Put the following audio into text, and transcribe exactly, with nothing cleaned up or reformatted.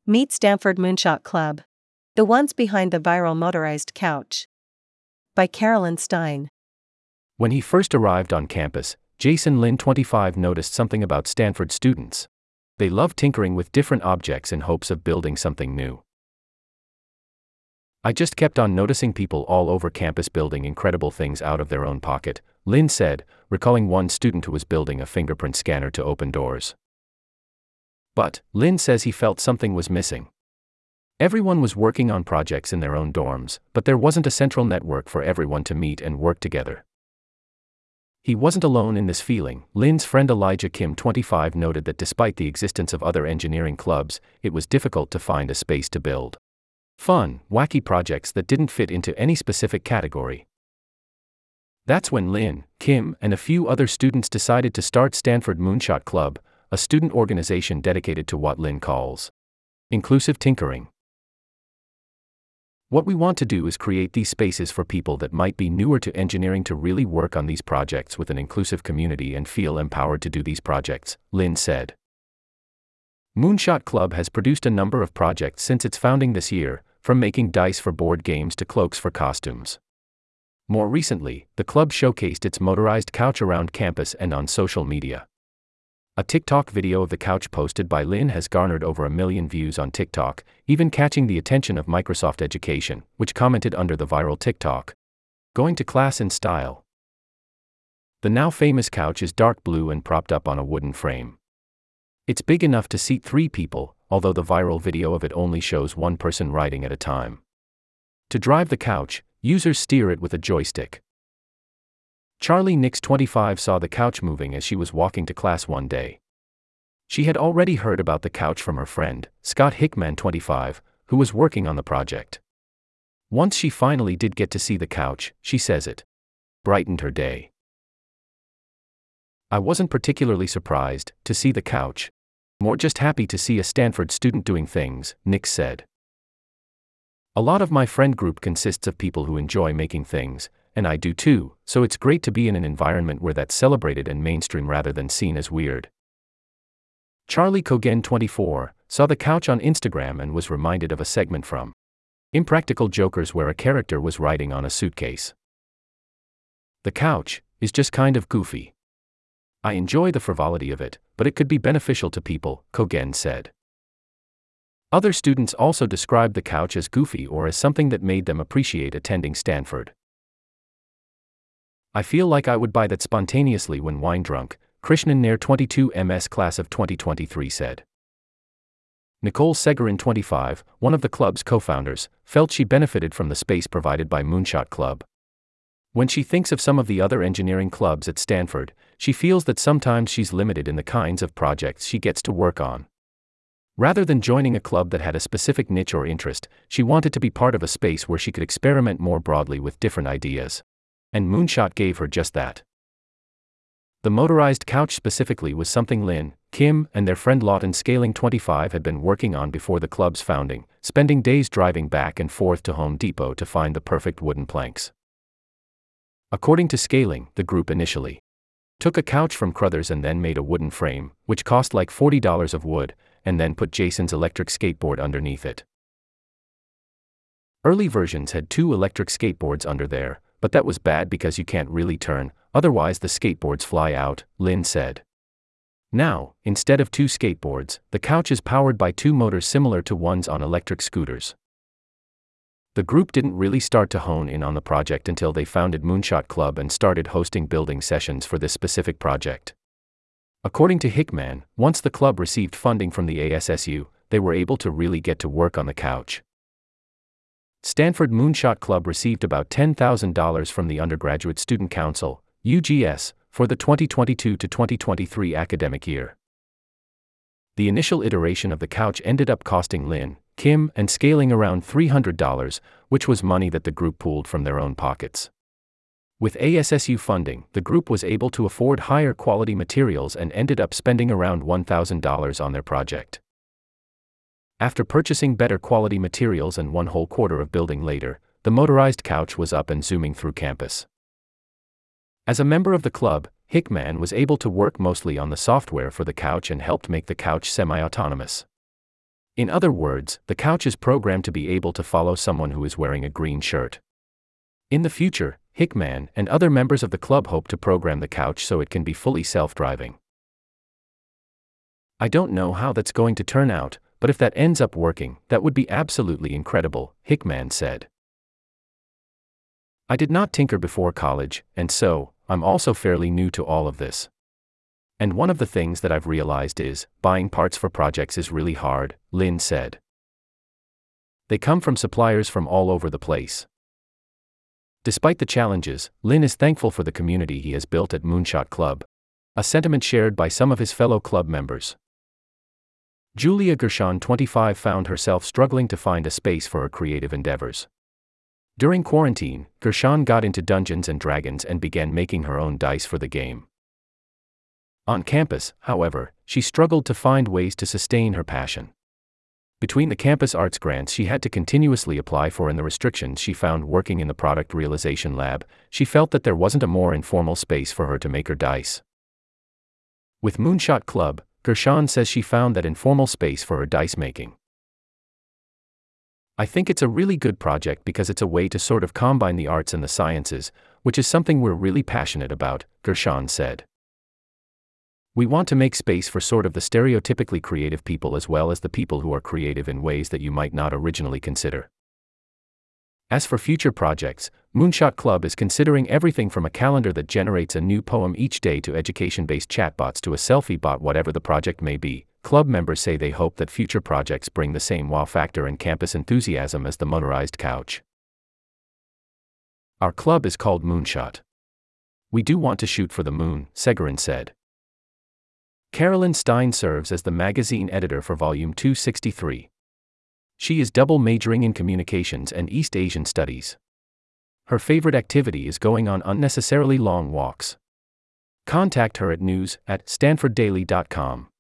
Meet Stanford Moonshot Club. The ones behind the viral motorized couch. By Carolyn Stein. When he first arrived on campus, Jason Lin, twenty-five, noticed something about Stanford students. They love tinkering with different objects in hopes of building something new. I just kept on noticing people all over campus building incredible things out of their own pocket, Lin said, recalling one student who was building a fingerprint scanner to open doors. But, Lin says he felt something was missing. Everyone was working on projects in their own dorms, but there wasn't a central network for everyone to meet and work together. He wasn't alone in this feeling. Lin's friend Elijah Kim, twenty-five, noted that despite the existence of other engineering clubs, it was difficult to find a space to build fun, wacky projects that didn't fit into any specific category. That's when Lin, Kim, and a few other students decided to start Stanford Moonshot Club, a student organization dedicated to what Lin calls inclusive tinkering. What we want to do is create these spaces for people that might be newer to engineering to really work on these projects with an inclusive community and feel empowered to do these projects, Lin said. Moonshot Club has produced a number of projects since its founding this year, from making dice for board games to cloaks for costumes. More recently, the club showcased its motorized couch around campus and on social media. A TikTok video of the couch posted by Lin has garnered over a million views on TikTok, even catching the attention of Microsoft Education, which commented under the viral TikTok, "Going to class in style." The now famous couch is dark blue and propped up on a wooden frame. It's big enough to seat three people, although the viral video of it only shows one person riding at a time. To drive the couch, users steer it with a joystick. Charlie Nix, twenty-five, saw the couch moving as she was walking to class one day. She had already heard about the couch from her friend, Scott Hickman, twenty-five, who was working on the project. Once she finally did get to see the couch, she says it brightened her day. "I wasn't particularly surprised to see the couch. More just happy to see a Stanford student doing things," Nix said. "A lot of my friend group consists of people who enjoy making things, and I do too, so it's great to be in an environment where that's celebrated and mainstream rather than seen as weird." Charlie Kogen, twenty-four, saw the couch on Instagram and was reminded of a segment from Impractical Jokers where a character was riding on a suitcase. "The couch is just kind of goofy. I enjoy the frivolity of it, but it could be beneficial to people," Kogen said. Other students also described the couch as goofy or as something that made them appreciate attending Stanford. "I feel like I would buy that spontaneously when wine drunk," Krishnan Nair, twenty-two, M S class of twenty twenty-three said. Nicole Segerin, twenty-five, one of the club's co-founders, felt she benefited from the space provided by Moonshot Club. When she thinks of some of the other engineering clubs at Stanford, she feels that sometimes she's limited in the kinds of projects she gets to work on. Rather than joining a club that had a specific niche or interest, she wanted to be part of a space where she could experiment more broadly with different ideas. And Moonshot gave her just that. The motorized couch specifically was something Lin, Kim, and their friend Lawton Scaling, twenty-five, had been working on before the club's founding, spending days driving back and forth to Home Depot to find the perfect wooden planks. According to Scaling, the group initially took a couch from Crothers and then made a wooden frame, which cost like forty dollars of wood, and then put Jason's electric skateboard underneath it. Early versions had two electric skateboards under there, but that was bad because you can't really turn, otherwise the skateboards fly out, Lin said. Now, instead of two skateboards, the couch is powered by two motors similar to ones on electric scooters. The group didn't really start to hone in on the project until they founded Moonshot Club and started hosting building sessions for this specific project. According to Hickman, once the club received funding from the A S S U, they were able to really get to work on the couch. Stanford Moonshot Club received about ten thousand dollars from the Undergraduate Student Council, U G S, for the twenty twenty-two to twenty twenty-three academic year. The initial iteration of the couch ended up costing Lin, Kim, and Scaling around three hundred dollars, which was money that the group pooled from their own pockets. With A S S U funding, the group was able to afford higher quality materials and ended up spending around one thousand dollars on their project. After purchasing better quality materials and one whole quarter of building later, the motorized couch was up and zooming through campus. As a member of the club, Hickman was able to work mostly on the software for the couch and helped make the couch semi-autonomous. In other words, the couch is programmed to be able to follow someone who is wearing a green shirt. In the future, Hickman and other members of the club hope to program the couch so it can be fully self-driving. I don't know how that's going to turn out, but if that ends up working, that would be absolutely incredible, Hickman said. I did not tinker before college, and so, I'm also fairly new to all of this. And one of the things that I've realized is, buying parts for projects is really hard, Lynn said. They come from suppliers from all over the place. Despite the challenges, Lynn is thankful for the community he has built at Moonshot Club, a sentiment shared by some of his fellow club members. Julia Gershon, twenty-five, found herself struggling to find a space for her creative endeavors. During quarantine, Gershon got into Dungeons and Dragons and began making her own dice for the game. On campus, however, she struggled to find ways to sustain her passion. Between the campus arts grants she had to continuously apply for and the restrictions she found working in the product realization lab, she felt that there wasn't a more informal space for her to make her dice. With Moonshot Club, Gershon says she found that informal space for her dice making. I think it's a really good project because it's a way to sort of combine the arts and the sciences, which is something we're really passionate about, Gershon said. We want to make space for sort of the stereotypically creative people as well as the people who are creative in ways that you might not originally consider. As for future projects, Moonshot Club is considering everything from a calendar that generates a new poem each day to education-based chatbots to a selfie bot. Whatever the project may be, club members say they hope that future projects bring the same wow factor and campus enthusiasm as the motorized couch. Our club is called Moonshot. We do want to shoot for the moon, Segerin said. Carolyn Stein serves as the magazine editor for Volume two sixty-three. She is double majoring in communications and East Asian studies. Her favorite activity is going on unnecessarily long walks. Contact her at news at stanford daily dot com.